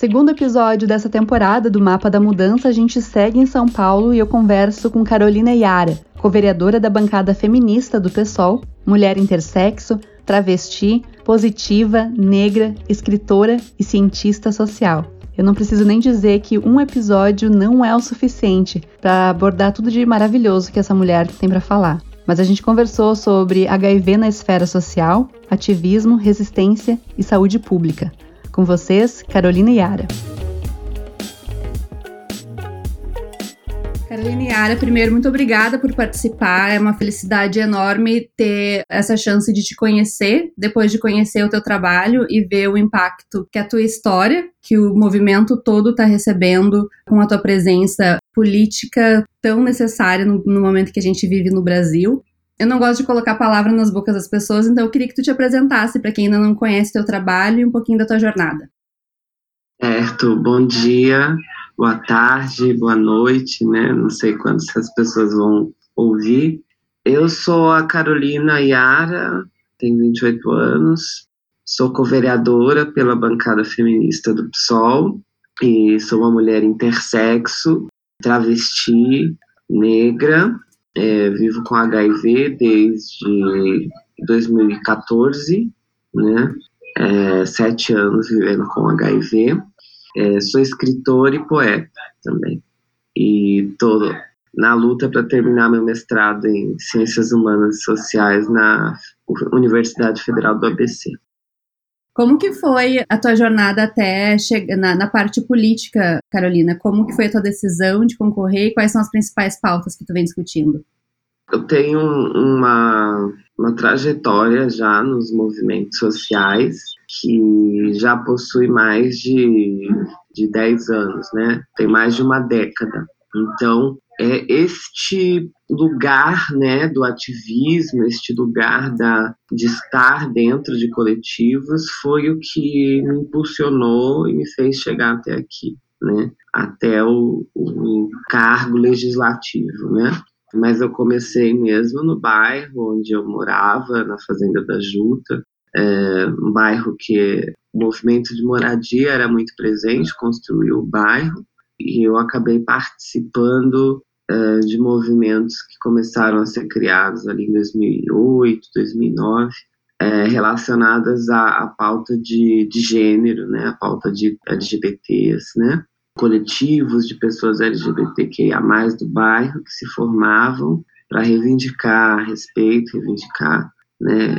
Segundo episódio dessa temporada do Mapa da Mudança, a gente segue em São Paulo e eu converso com Carolina Yara, co-vereadora da bancada feminista do PSOL, mulher intersexo, travesti, positiva, negra, escritora e cientista social. Eu não preciso nem dizer que um episódio não é o suficiente para abordar tudo de maravilhoso que essa mulher tem para falar. Mas a gente conversou sobre HIV na esfera social, ativismo, resistência e saúde pública. Com vocês, Carolina Yara. Carolina Yara, primeiro, muito obrigada por participar. É uma felicidade enorme ter essa chance de te conhecer, depois de conhecer o teu trabalho e ver o impacto que a tua história, que o movimento todo está recebendo com a tua presença política tão necessária no momento que a gente vive no Brasil. Eu não gosto de colocar palavra nas bocas das pessoas, então eu queria que tu te apresentasse para quem ainda não conhece o teu trabalho e um pouquinho da tua jornada. Certo, bom dia, boa tarde, boa noite, né? Não sei quando as pessoas vão ouvir. Eu sou a Carolina Yara, tenho 28 anos, sou co-vereadora pela bancada feminista do PSOL e sou uma mulher intersexo, travesti, negra. Vivo com HIV desde 2014, né? 7 anos vivendo com HIV. Sou escritora e poeta também. E estou na luta para terminar meu mestrado em Ciências Humanas e Sociais na Universidade Federal do ABC. Como que foi a tua jornada até chegar na parte política, Carolina? Como que foi a tua decisão de concorrer e quais são as principais pautas que tu vem discutindo? Eu tenho uma trajetória já nos movimentos sociais que já possui mais de 10 anos, né? Tem mais de uma década. Então, este lugar, né, do ativismo, este lugar de estar dentro de coletivos foi o que me impulsionou e me fez chegar até aqui, né? Até o cargo legislativo, né? Mas eu comecei mesmo no bairro onde eu morava, na Fazenda da Juta, um bairro que o movimento de moradia era muito presente, construiu o bairro, e eu acabei participando de movimentos que começaram a ser criados ali em 2008, 2009, relacionadas à pauta de gênero, né, a pauta de LGBTs, né, coletivos de pessoas LGBTQIA+, do bairro que se formavam para reivindicar respeito, reivindicar, né,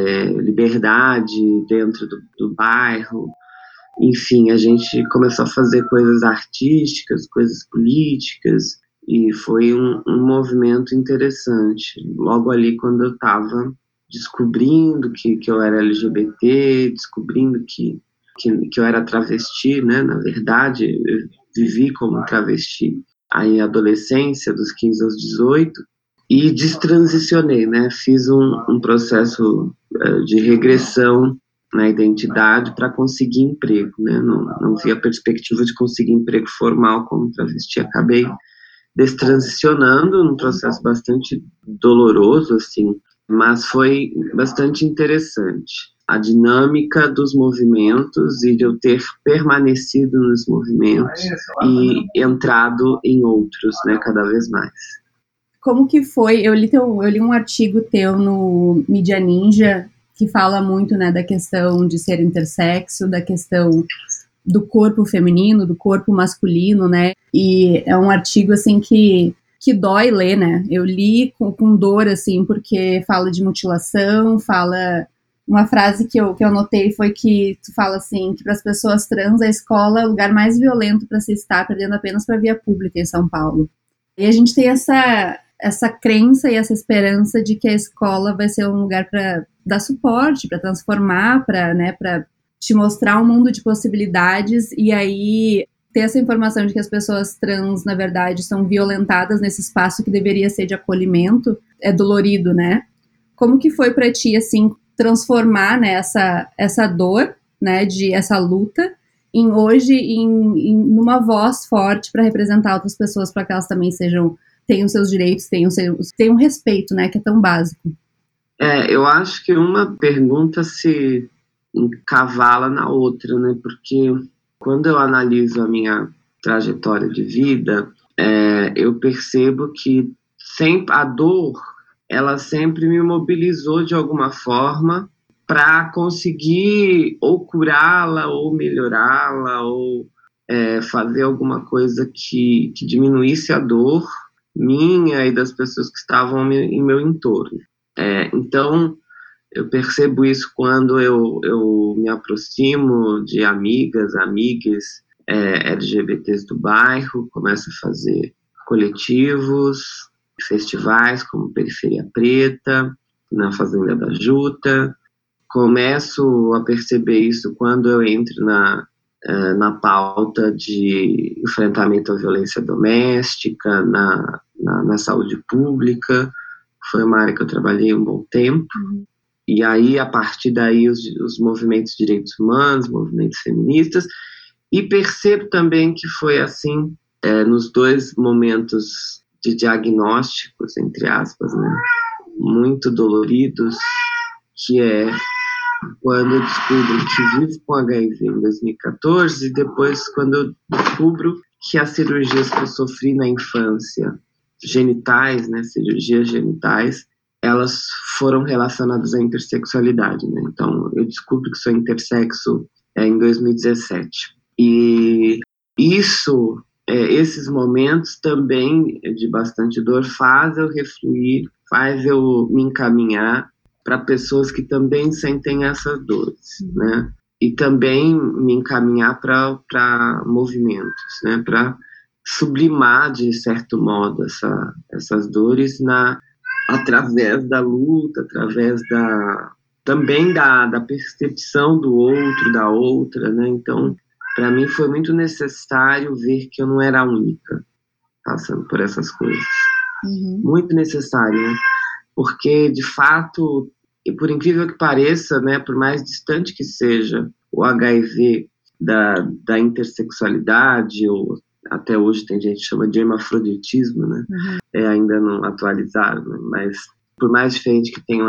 liberdade dentro do bairro. Enfim, a gente começou a fazer coisas artísticas, coisas políticas, e foi um movimento interessante. Logo ali, quando eu estava descobrindo que eu era LGBT, descobrindo que eu era travesti, né? Na verdade, eu vivi como travesti aí na adolescência, dos 15 aos 18, e destransicionei, né? Fiz um processo de regressão na identidade para conseguir emprego, né? Não vi a perspectiva de conseguir emprego formal como travesti. Acabei destransicionando num processo bastante doloroso, assim, mas foi bastante interessante. A dinâmica dos movimentos e de eu ter permanecido nos movimentos e entrado em outros, né, cada vez mais. Como que foi? Eu li um artigo teu no Mídia Ninja que fala muito, né, da questão de ser intersexo, da questão do corpo feminino, do corpo masculino, né? E é um artigo, assim, que dói ler, né? Eu li com dor, assim, porque fala de mutilação, fala... Uma frase que eu anotei foi que tu fala, assim, que para as pessoas trans a escola é o lugar mais violento para se estar, perdendo apenas para a via pública em São Paulo. E a gente tem essa crença e essa esperança de que a escola vai ser um lugar para dar suporte, para transformar, para te mostrar um mundo de possibilidades, e aí ter essa informação de que as pessoas trans, na verdade, são violentadas nesse espaço que deveria ser de acolhimento, é dolorido, né? Como que foi para ti, assim, transformar, né, essa dor, né, essa luta, numa voz forte para representar outras pessoas, para que elas também tenham seus direitos, tenham respeito, né, que é tão básico. Eu acho que uma pergunta se encavala na outra, né, porque quando eu analiso a minha trajetória de vida, eu percebo que sempre a dor, ela sempre me mobilizou de alguma forma para conseguir ou curá-la, ou melhorá-la, ou fazer alguma coisa que diminuísse a dor minha e das pessoas que estavam em meu entorno. Então, eu percebo isso quando eu me aproximo de amigas, amigues LGBTs do bairro, começo a fazer coletivos, festivais como Periferia Preta, na Fazenda da Juta. Começo a perceber isso quando eu entro na pauta de enfrentamento à violência doméstica, na saúde pública. Foi uma área que eu trabalhei um bom tempo. E aí, a partir daí, os movimentos de direitos humanos, movimentos feministas, e percebo também que foi assim nos dois momentos de diagnósticos, entre aspas, né, muito doloridos, que é quando eu descubro que vivo com HIV em 2014 e depois quando eu descubro que as cirurgias que eu sofri na infância, genitais, né, cirurgias genitais, elas foram relacionadas à intersexualidade, né? Então, eu descubro que sou intersexo em 2017. E isso, esses momentos também de bastante dor faz eu refluir, faz eu me encaminhar para pessoas que também sentem essas dores, né? E também me encaminhar para movimentos, né? Para sublimar, de certo modo, essas dores através da luta, através também da percepção do outro, da outra, né? Então, para mim foi muito necessário ver que eu não era a única passando por essas coisas. Muito necessário, né? Porque, de fato, e por incrível que pareça, né, por mais distante que seja o HIV da intersexualidade, ou até hoje tem gente que chama de hermafroditismo, né? Ainda não atualizado, né? Mas por mais diferente que tenham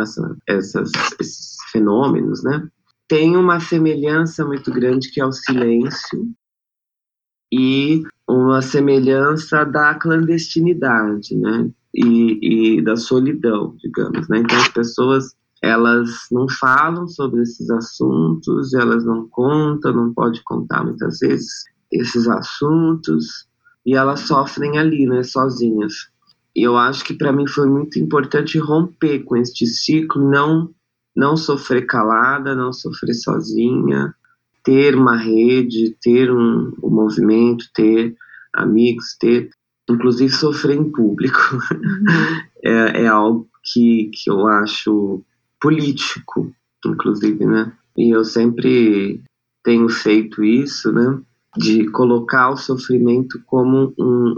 esses fenômenos, né, tem uma semelhança muito grande que é o silêncio e uma semelhança da clandestinidade, né, e da solidão, digamos, né? Então as pessoas, elas não falam sobre esses assuntos, elas não contam, não pode contar muitas vezes esses assuntos, e elas sofrem ali, né, sozinhas. E eu acho que para mim foi muito importante romper com este ciclo, não sofrer calada, não sofrer sozinha, ter uma rede, ter um movimento, ter amigos, inclusive sofrer em público. É algo que eu acho político, inclusive, né? E eu sempre tenho feito isso, né? De colocar o sofrimento como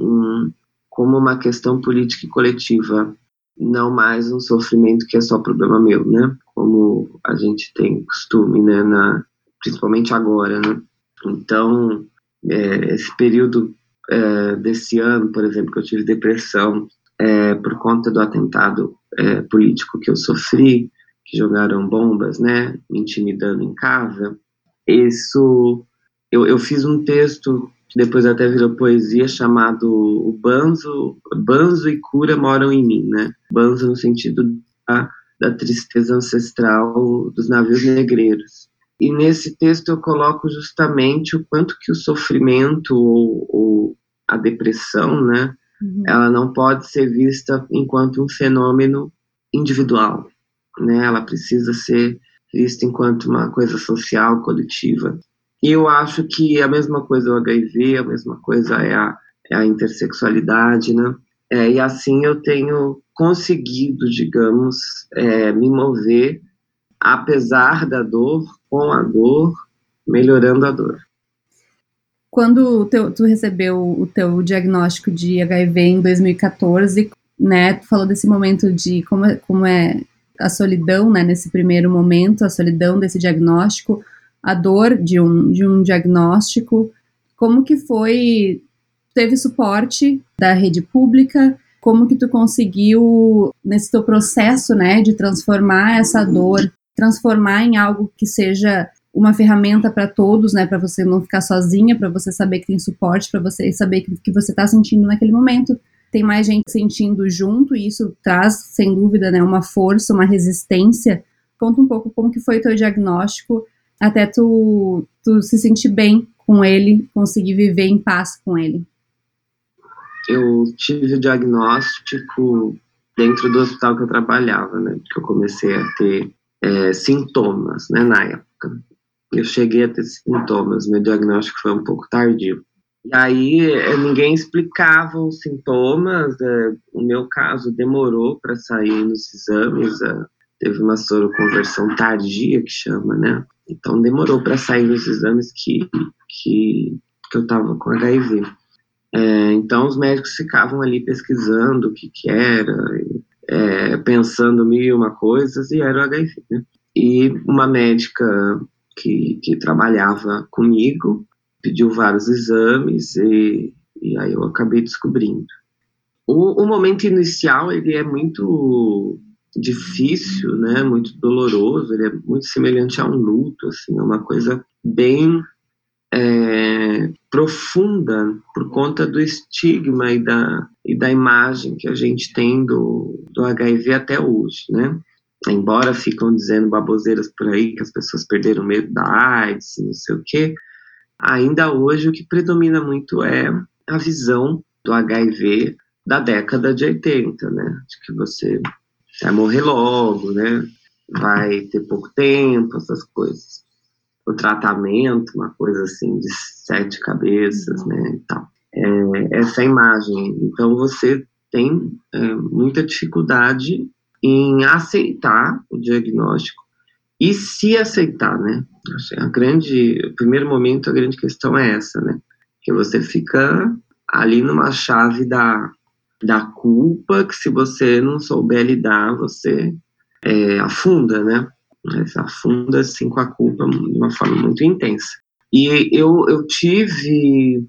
como uma questão política e coletiva, não mais um sofrimento que é só problema meu, né? Como a gente tem costume, né? Principalmente agora, né? Então, esse período desse ano, por exemplo, que eu tive depressão por conta do atentado político que eu sofri, que jogaram bombas, né? Me intimidando em casa. Isso, eu fiz um texto que depois até virou poesia, chamado O Banzo e Cura Moram em Mim, né? Banzo no sentido da tristeza ancestral dos navios negreiros. E nesse texto eu coloco justamente o quanto que o sofrimento ou a depressão, né, ela não pode ser vista enquanto um fenômeno individual, né? Ela precisa ser vista enquanto uma coisa social, coletiva. E eu acho que a mesma coisa é o HIV, a mesma coisa é a intersexualidade, né? E assim eu tenho conseguido, digamos, me mover, apesar da dor, com a dor, melhorando a dor. Quando tu recebeu o teu diagnóstico de HIV em 2014, né, tu falou desse momento de como é a solidão, né, nesse primeiro momento, a solidão desse diagnóstico, a dor de um diagnóstico. Como que foi? Teve suporte da rede pública? Como que tu conseguiu, nesse teu processo, né, de transformar essa dor, transformar em algo que seja uma ferramenta para todos, né, para você não ficar sozinha, para você saber que tem suporte, para você saber que você está sentindo naquele momento. Tem mais gente sentindo junto, e isso traz, sem dúvida, né, uma força, uma resistência. Conta um pouco como que foi o teu diagnóstico, até tu se sentir bem com ele, conseguir viver em paz com ele. Eu tive o diagnóstico dentro do hospital que eu trabalhava, né, porque eu comecei a ter sintomas, né, na época. Eu cheguei a ter sintomas, meu diagnóstico foi um pouco tardio. E aí ninguém explicava os sintomas, no meu caso demorou para sair nos exames, teve uma soroconversão tardia que chama, né? Então demorou para sair nos exames que eu estava com HIV. Então os médicos ficavam ali pesquisando o que era, pensando mil e uma coisas, e era o HIV, né? E uma médica que trabalhava comigo pediu vários exames e aí eu acabei descobrindo. O momento inicial ele é muito difícil, né? Muito doloroso, ele é muito semelhante a um luto, assim, é uma coisa bem profunda por conta do estigma e da imagem que a gente tem do HIV até hoje, né? Embora ficam dizendo baboseiras por aí que as pessoas perderam medo da AIDS, não sei o quê, ainda hoje o que predomina muito é a visão do HIV da década de 80, né? De que você vai morrer logo, né? Vai ter pouco tempo, essas coisas. O tratamento, uma coisa assim de 7 cabeças, né? E tal. Essa imagem. Então você tem muita dificuldade em aceitar o diagnóstico e se aceitar, né? O primeiro momento, a grande questão é essa, né? Que você fica ali numa chave da culpa, que se você não souber lidar, você afunda, né? Você afunda, assim, com a culpa de uma forma muito intensa. E eu tive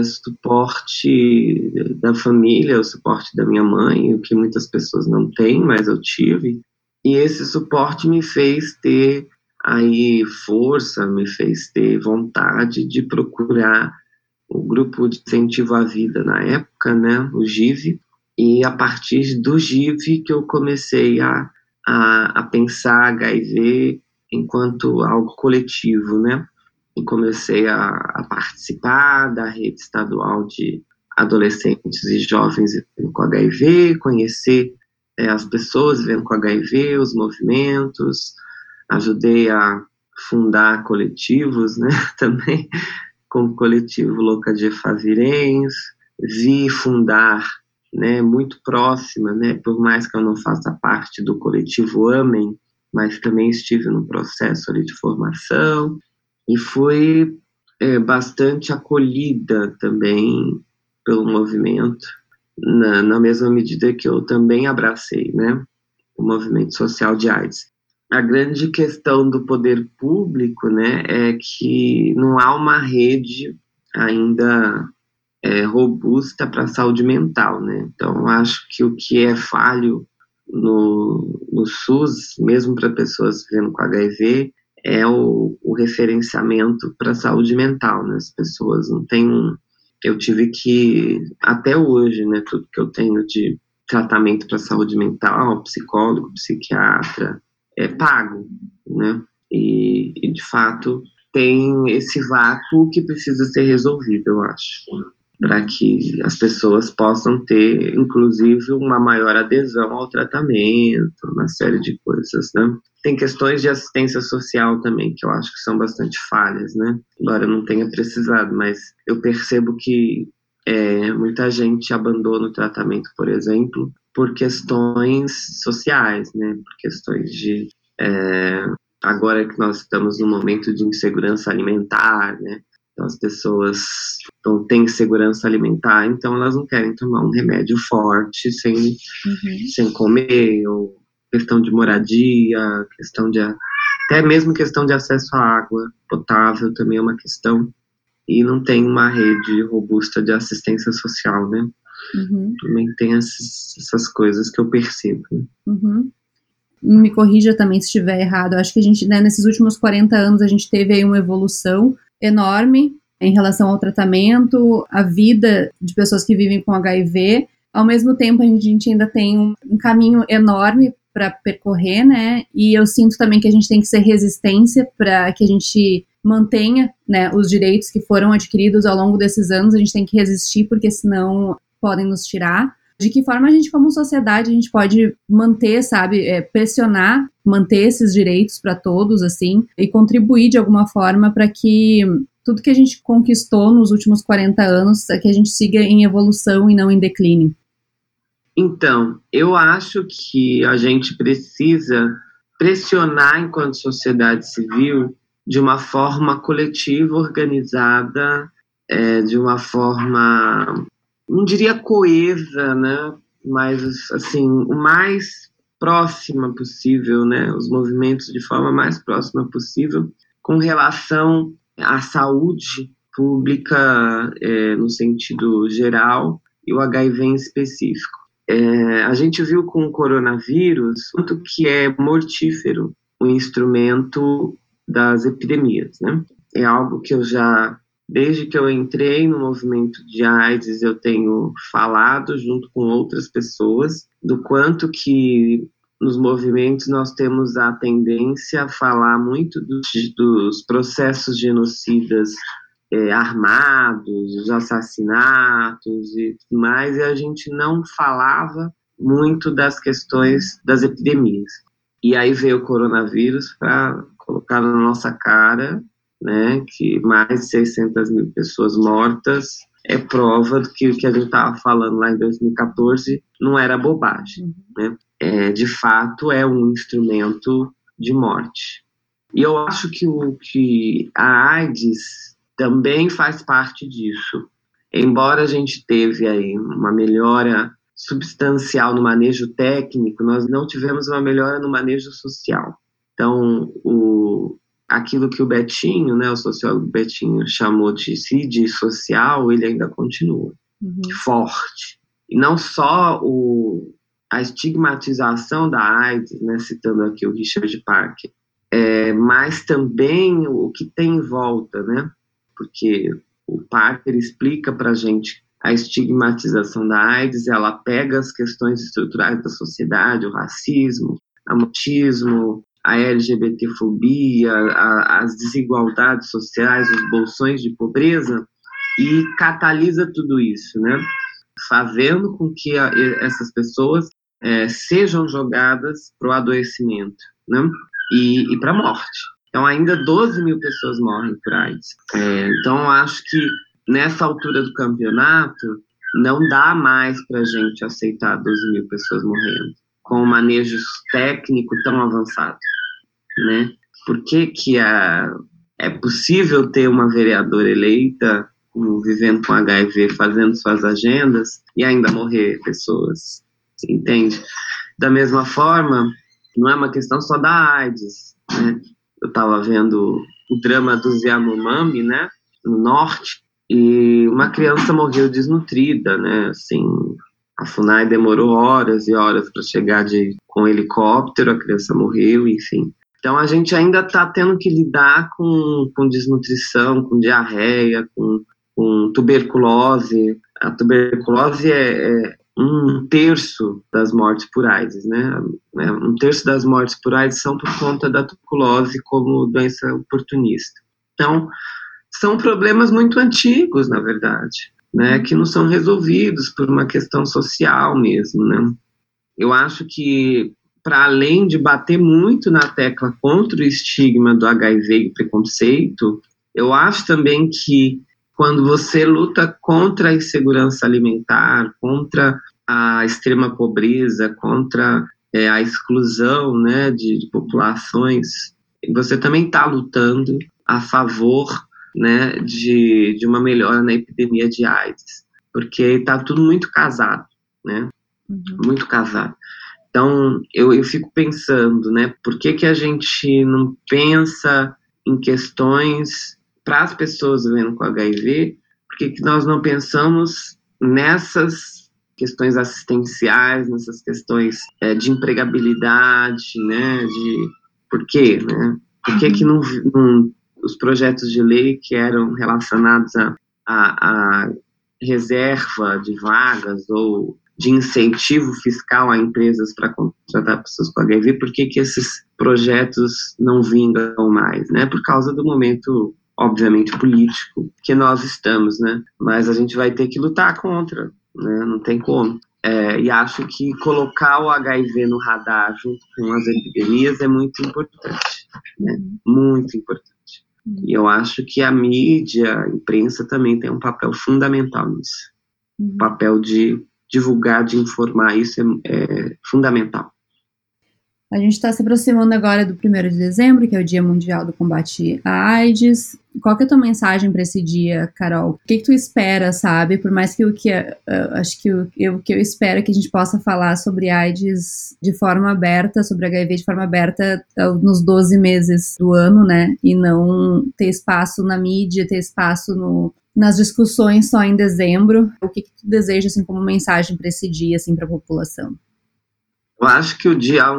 suporte da família, o suporte da minha mãe, o que muitas pessoas não têm, mas eu tive. E esse suporte me fez ter aí força, me fez ter vontade de procurar o grupo de incentivo à vida na época, né, o GIV, e a partir do GIV que eu comecei a pensar HIV enquanto algo coletivo, né, e comecei a participar da rede estadual de adolescentes e jovens com HIV, conhecer as pessoas vivendo com HIV, os movimentos, ajudei a fundar coletivos, né, também, como o coletivo Louca de Favirens, vi fundar, né, muito próxima, né, por mais que eu não faça parte do coletivo Amém, mas também estive no processo ali de formação, e fui bastante acolhida também pelo movimento, na mesma medida que eu também abracei, né, o movimento social de AIDS. A grande questão do poder público, né, é que não há uma rede ainda robusta para a saúde mental, né? Então, acho que o que é falho no SUS, mesmo para pessoas vivendo com HIV, é o referenciamento para a saúde mental, né? As pessoas não têm eu tive que, até hoje, né, tudo que eu tenho de tratamento para saúde mental, psicólogo, psiquiatra, é pago, né? E de fato tem esse vácuo que precisa ser resolvido, eu acho, para que as pessoas possam ter, inclusive, uma maior adesão ao tratamento, uma série de coisas, né? Tem questões de assistência social também, que eu acho que são bastante falhas, né? Embora eu não tenha precisado, mas eu percebo que muita gente abandona o tratamento, por exemplo, por questões sociais, né? Por questões de... agora que nós estamos num momento de insegurança alimentar, né? Então as pessoas não têm segurança alimentar, então elas não querem tomar um remédio forte sem comer, ou questão de moradia, questão de até mesmo questão de acesso à água potável também é uma questão, e não tem uma rede robusta de assistência social, né? Também tem essas coisas que eu percebo. Né? me corrija também se estiver errado, eu acho que a gente, né, nesses últimos 40 anos, a gente teve aí uma evolução enorme em relação ao tratamento, a vida de pessoas que vivem com HIV. Ao mesmo tempo, a gente ainda tem um caminho enorme para percorrer, né? E eu sinto também que a gente tem que ser resistência para que a gente mantenha, né, os direitos que foram adquiridos ao longo desses anos. A gente tem que resistir, porque senão podem nos tirar. De que forma a gente, como sociedade, a gente pode manter, sabe, pressionar, manter esses direitos para todos, assim, e contribuir de alguma forma para que tudo que a gente conquistou nos últimos 40 anos, que a gente siga em evolução e não em declínio. Então, eu acho que a gente precisa pressionar enquanto sociedade civil de uma forma coletiva, organizada, de uma forma, não diria coesa, né? Mas, assim, o mais próxima possível, né? Os movimentos de forma mais próxima possível com relação à saúde pública, no sentido geral, e o HIV em específico. A gente viu com o coronavírus quanto que é mortífero o instrumento das epidemias, né? É algo que eu já, desde que eu entrei no movimento de AIDS, eu tenho falado junto com outras pessoas do quanto que nos movimentos nós temos a tendência a falar muito dos processos genocidas armados, os assassinatos e tudo mais, e a gente não falava muito das questões das epidemias. E aí veio o coronavírus para colocar na nossa cara, né, que mais de 600 mil pessoas mortas é prova do que o que a gente estava falando lá em 2014 não era bobagem, né? De fato, é um instrumento de morte. E eu acho que a AIDS também faz parte disso. Embora a gente teve aí uma melhora substancial no manejo técnico, nós não tivemos uma melhora no manejo social. Então, aquilo que o Betinho, né, o sociólogo Betinho, chamou de CID social, ele ainda continua forte. E não só a estigmatização da AIDS, né, citando aqui o Richard Parker, mas também o que tem em volta, né? Porque o Parker explica para a gente a estigmatização da AIDS, ela pega as questões estruturais da sociedade, o racismo, o machismo, a LGBTfobia, as desigualdades sociais, os bolsões de pobreza, e catalisa tudo isso, né? Fazendo com que essas pessoas sejam jogadas para o adoecimento, né? E para a morte. Então, ainda 12 mil pessoas morrem por AIDS. Então, eu acho que nessa altura do campeonato, não dá mais para a gente aceitar 12 mil pessoas morrendo, com um manejo técnico tão avançado, né? Por que é possível ter uma vereadora eleita vivendo com HIV, fazendo suas agendas, e ainda morrer pessoas, entende? Da mesma forma, não é uma questão só da AIDS, né? Eu estava vendo o drama dos Yanomami, né, no norte, e uma criança morreu desnutrida, né, assim, a FUNAI demorou horas e horas para chegar com helicóptero, a criança morreu, enfim. Então a gente ainda está tendo que lidar com desnutrição, com diarreia, com tuberculose. A tuberculose é 1/3 das mortes por AIDS, né? 1/3 das mortes por AIDS são por conta da tuberculose como doença oportunista. Então, são problemas muito antigos, na verdade, né? Que não são resolvidos por uma questão social mesmo, né? Eu acho que, para além de bater muito na tecla contra o estigma do HIV e o preconceito, eu acho também que quando você luta contra a insegurança alimentar, contra a extrema pobreza, contra a exclusão, né, de populações, você também está lutando a favor, né, de uma melhora na epidemia de AIDS, porque está tudo muito casado, né, muito casado. Então, eu fico pensando, né, por que a gente não pensa em questões para as pessoas vivendo com HIV, por que nós não pensamos nessas questões assistenciais, nessas questões de empregabilidade, né? Por quê, né? Por que que os projetos de lei que eram relacionados a reserva de vagas ou de incentivo fiscal a empresas para contratar pessoas com HIV, por que que esses projetos não vingam mais, né? Por causa do momento, obviamente, político que nós estamos, né? Mas a gente vai ter que lutar contra, né? Não tem como. E acho que colocar o HIV no radar junto com as epidemias é muito importante, né? Muito importante. E eu acho que a mídia, a imprensa também tem um papel fundamental nisso. O papel de divulgar, de informar, isso é fundamental. A gente está se aproximando agora do 1º de dezembro, que é o Dia Mundial do Combate à AIDS. Qual que é a tua mensagem para esse dia, Carol? O que tu espera, sabe? Por mais que acho que o que eu espero é que a gente possa falar sobre AIDS de forma aberta, sobre HIV de forma aberta nos 12 meses do ano, né? E não ter espaço na mídia, ter espaço nas discussões só em dezembro. O que tu deseja, assim, como mensagem para esse dia, assim, para a população? Eu acho que o dia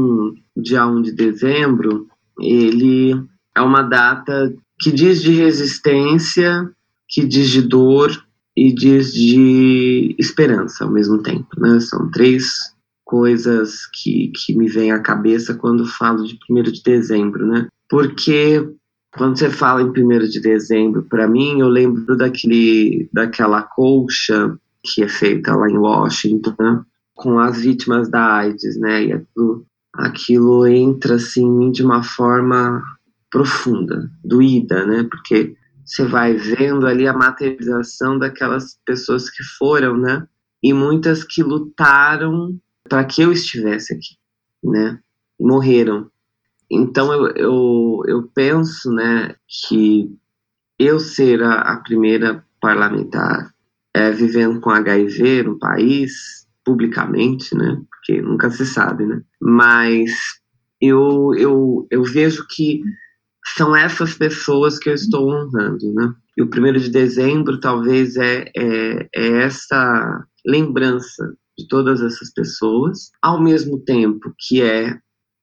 1 de dezembro, ele é uma data que diz de resistência, que diz de dor e diz de esperança ao mesmo tempo, né? São 3 coisas que me vêm à cabeça quando falo de 1º de dezembro, né? Porque quando você fala em 1º de dezembro, para mim, eu lembro daquela colcha que é feita lá em Washington, né? Com as vítimas da AIDS, né? E aquilo entra assim em mim de uma forma profunda, doída, né? Porque você vai vendo ali a materialização daquelas pessoas que foram, né? E muitas que lutaram para que eu estivesse aqui, né? E morreram. Então eu penso, né, que eu ser a primeira parlamentar vivendo com HIV no país, publicamente, né? Porque nunca se sabe, né? Mas eu vejo que são essas pessoas que eu estou honrando, né? E o 1º de dezembro talvez é essa lembrança de todas essas pessoas, ao mesmo tempo que é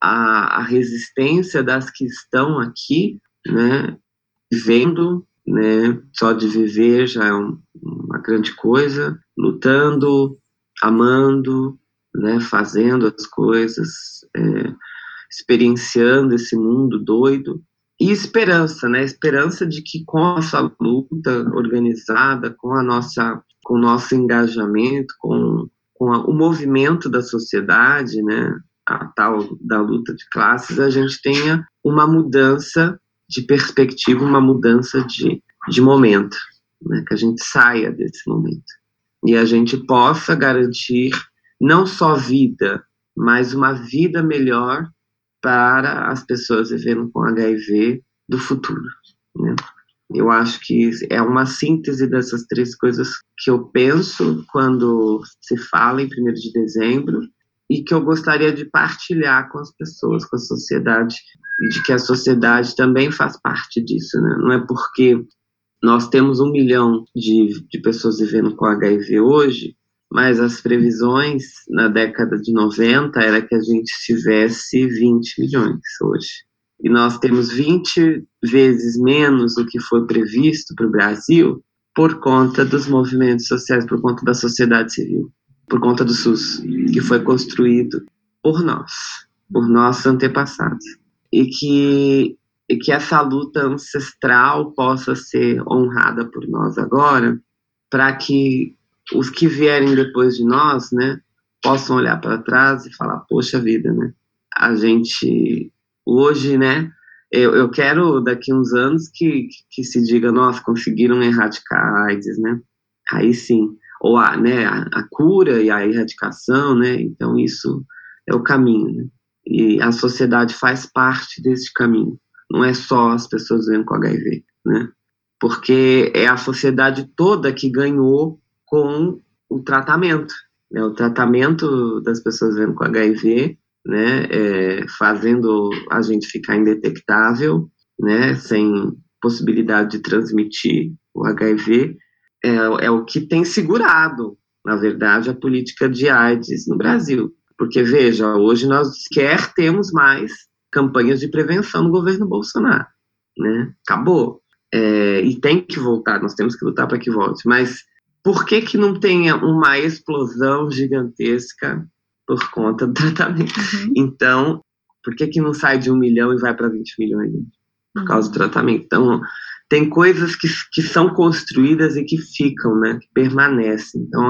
a resistência das que estão aqui, né? Vivendo, né? Só de viver já é uma grande coisa, lutando, amando, né? Fazendo as coisas, experienciando esse mundo doido. E esperança, né? Esperança de que com a nossa luta organizada, com o nosso engajamento, com o movimento da sociedade, né? A tal da luta de classes, a gente tenha uma mudança de perspectiva, uma mudança de momento, né? Que a gente saia desse momento e a gente possa garantir não só vida, mas uma vida melhor para as pessoas vivendo com HIV do futuro, né? Eu acho que é uma síntese dessas 3 coisas que eu penso quando se fala em 1º de dezembro e que eu gostaria de partilhar com as pessoas, com a sociedade, e de que a sociedade também faz parte disso, né? Não é porque nós temos 1 milhão de pessoas vivendo com HIV hoje, mas as previsões na década de 90 era que a gente tivesse 20 milhões hoje. E nós temos 20 vezes menos do que foi previsto para o Brasil por conta dos movimentos sociais, por conta da sociedade civil, por conta do SUS, que foi construído por nossos antepassados. E que essa luta ancestral possa ser honrada por nós agora, para que os que vierem depois de nós, né, possam olhar para trás e falar, poxa vida, né, a gente hoje, né, eu quero daqui uns anos que se diga, nossa, conseguiram erradicar a AIDS, né, aí sim, ou a cura e a erradicação, né, então isso é o caminho, né, e a sociedade faz parte desse caminho, não é só as pessoas vivendo com HIV, né, porque é a sociedade toda que ganhou com o tratamento, né? O tratamento das pessoas vivendo com HIV, né? Fazendo a gente ficar indetectável, né? Sem possibilidade de transmitir o HIV, é o que tem segurado, na verdade, a política de AIDS no Brasil. Porque, veja, hoje nós sequer temos mais campanhas de prevenção no governo Bolsonaro, né? Acabou. E tem que voltar, nós temos que lutar para que volte. Mas por que não tenha uma explosão gigantesca por conta do tratamento? Então, por que não sai de 1 milhão e vai para 20 milhões? Por causa do tratamento. Então, tem coisas que são construídas e que ficam, né? Que permanecem. Então,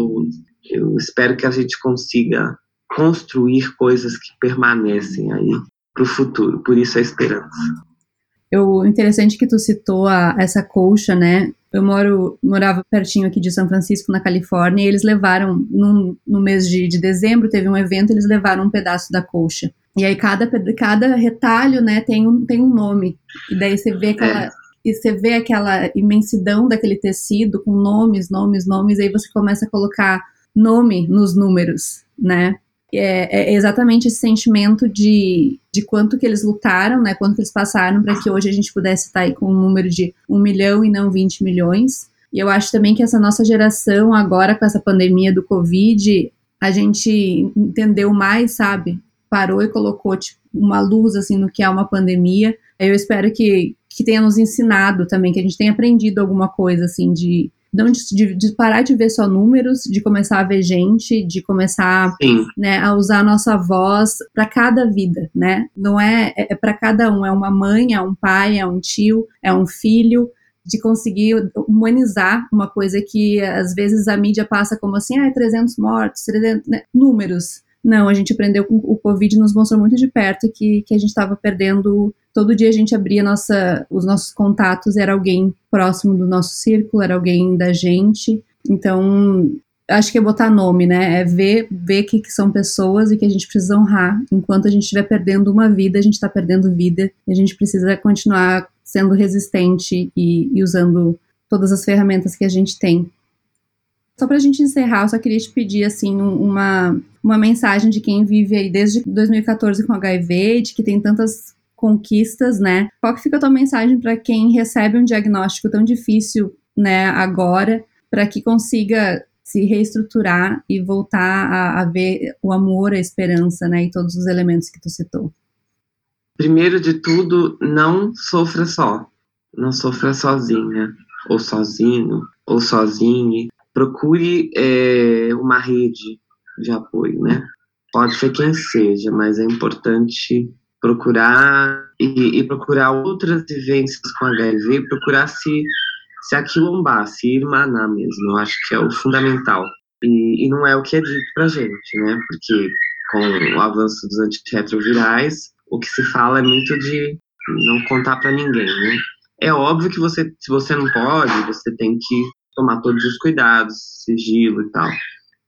eu espero que a gente consiga construir coisas que permanecem aí para o futuro. Por isso a esperança. Interessante que tu citou essa colcha, né? Eu morava pertinho aqui de São Francisco, na Califórnia, e eles levaram, no mês de dezembro, teve um evento, eles levaram um pedaço da colcha. E aí cada retalho, né, tem um nome. E daí você vê aquela imensidão daquele tecido com nomes, aí você começa a colocar nome nos números, né? É exatamente esse sentimento de quanto que eles lutaram, né, quanto que eles passaram para que hoje a gente pudesse estar aí com um número de 1 milhão e não 20 milhões. E eu acho também que essa nossa geração, agora com essa pandemia do Covid, a gente entendeu mais, sabe? Parou e colocou tipo, uma luz assim, no que é uma pandemia. Eu espero que tenha nos ensinado também, que a gente tenha aprendido alguma coisa assim de parar de ver só números, de começar a ver gente, de começar, né, a usar a nossa voz para cada vida, né? Não é para cada um, é uma mãe, é um pai, é um tio, é um filho, de conseguir humanizar uma coisa que às vezes a mídia passa como assim, 300 mortos, 300, né? Números. Não, a gente aprendeu com o Covid, nos mostrou muito de perto que a gente estava perdendo. Todo dia a gente abria os nossos contatos, era alguém próximo do nosso círculo, era alguém da gente. Então, acho que é botar nome, né? É ver que são pessoas e que a gente precisa honrar. Enquanto a gente estiver perdendo uma vida, a gente está perdendo vida. E a gente precisa continuar sendo resistente e usando todas as ferramentas que a gente tem. Só pra gente encerrar, eu só queria te pedir, assim, uma mensagem de quem vive aí desde 2014 com HIV, de que tem tantas conquistas, né? Qual que fica a tua mensagem para quem recebe um diagnóstico tão difícil, né, agora, para que consiga se reestruturar e voltar a ver o amor, a esperança, né, e todos os elementos que tu citou? Primeiro de tudo, não sofra só. Não sofra sozinha, ou sozinho, ou sozinhe. Procure uma rede de apoio, né? Pode ser quem seja, mas é importante procurar e procurar outras vivências com HIV, procurar se aquilombar, se irmanar mesmo. Eu acho que é o fundamental. E não é o que é dito pra gente, né? Porque com o avanço dos antirretrovirais, o que se fala é muito de não contar pra ninguém, né? É óbvio que se você não pode, você tem que tomar todos os cuidados, sigilo e tal.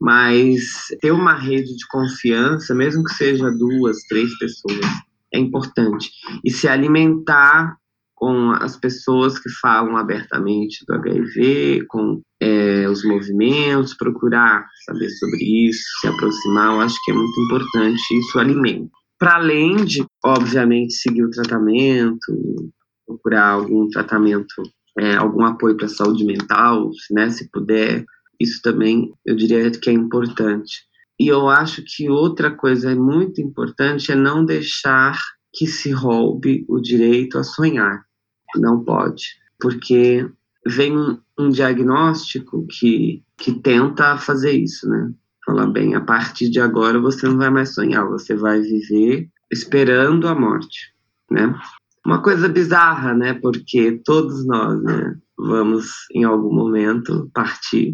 Mas ter uma rede de confiança, mesmo que seja 2, 3 pessoas, é importante. E se alimentar com as pessoas que falam abertamente do HIV, com os movimentos, procurar saber sobre isso, se aproximar, eu acho que é muito importante, isso alimenta. Para além de, obviamente, seguir o tratamento, procurar algum tratamento, algum apoio para a saúde mental, né, se puder, isso também eu diria que é importante. E eu acho que outra coisa muito importante é não deixar que se roube o direito a sonhar. Não pode, porque vem um diagnóstico que tenta fazer isso, né? Falar bem, a partir de agora você não vai mais sonhar, você vai viver esperando a morte, né? Uma coisa bizarra, né? Porque todos nós, né, vamos em algum momento partir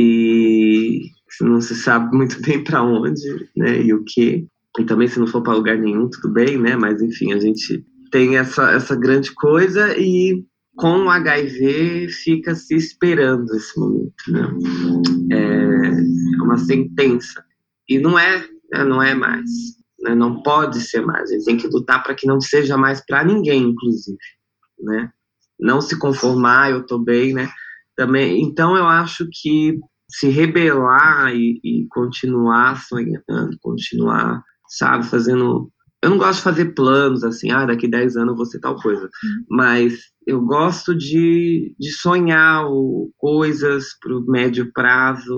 e não se sabe muito bem para onde, né? E o que. E também se não for para lugar nenhum, tudo bem, né? Mas enfim, a gente tem essa grande coisa e com o HIV fica se esperando esse momento, né? É uma sentença. E não é mais. Né? Não pode ser mais. A gente tem que lutar para que não seja mais para ninguém, inclusive, né? Não se conformar, eu tô bem, né? Também, então eu acho que se rebelar e continuar sonhando, continuar, sabe, fazendo... Eu não gosto de fazer planos assim, daqui 10 anos eu vou ser tal coisa. Mas eu gosto de sonhar coisas para o médio prazo,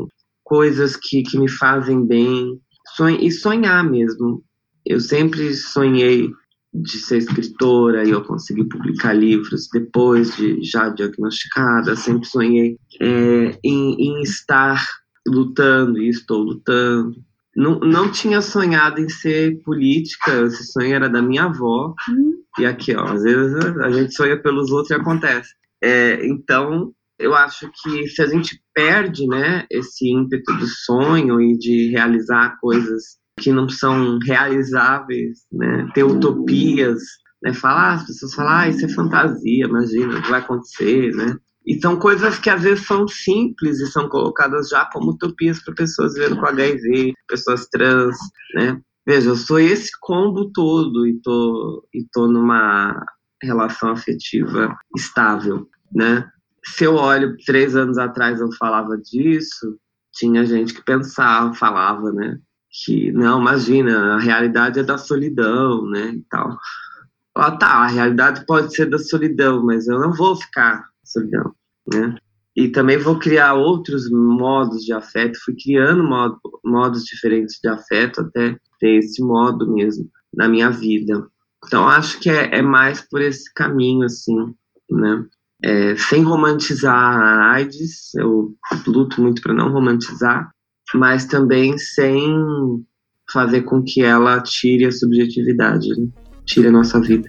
coisas que me fazem bem, e sonhar mesmo. Eu sempre sonhei de ser escritora e eu consegui publicar livros depois de já diagnosticada. Sempre sonhei em estar lutando, e estou lutando. Não tinha sonhado em ser política, esse sonho era da minha avó. E aqui, ó, às vezes a gente sonha pelos outros e acontece. Então, eu acho que se a gente perde, né, esse ímpeto do sonho e de realizar coisas que não são realizáveis, né, ter utopias, né, as pessoas falam, isso é fantasia, imagina, não vai acontecer, né? E são coisas que às vezes são simples e são colocadas já como utopias para pessoas vivendo com HIV, pessoas trans, né? Veja, eu sou esse combo todo e tô numa relação afetiva estável, né? Se eu olho 3 anos atrás eu falava disso, tinha gente que falava, né? Que, não, imagina, a realidade é da solidão, né? E tal. A realidade pode ser da solidão, mas eu não vou ficar solidão, né? E também vou criar outros modos de afeto, fui criando modos diferentes de afeto até ter esse modo mesmo na minha vida. Então, acho que é mais por esse caminho, assim, né? Sem romantizar a AIDS, eu luto muito para não romantizar, mas também sem fazer com que ela tire a subjetividade, né? Tire a nossa vida.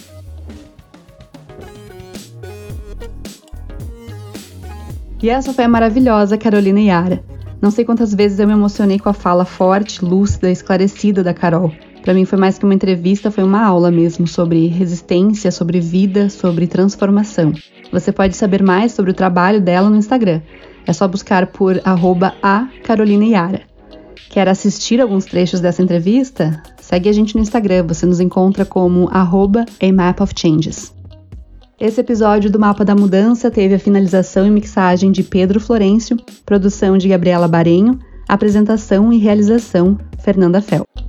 E essa foi a maravilhosa Carolina Iara. Não sei quantas vezes eu me emocionei com a fala forte, lúcida, esclarecida da Carol. Para mim foi mais que uma entrevista, foi uma aula mesmo sobre resistência, sobre vida, sobre transformação. Você pode saber mais sobre o trabalho dela no Instagram. É só buscar por @acarolinaiara. Quer assistir alguns trechos dessa entrevista? Segue a gente no Instagram, você nos encontra como @amapofchanges. Esse episódio do Mapa da Mudança teve a finalização e mixagem de Pedro Florencio, produção de Gabriela Barenho, apresentação e realização Fernanda Fel.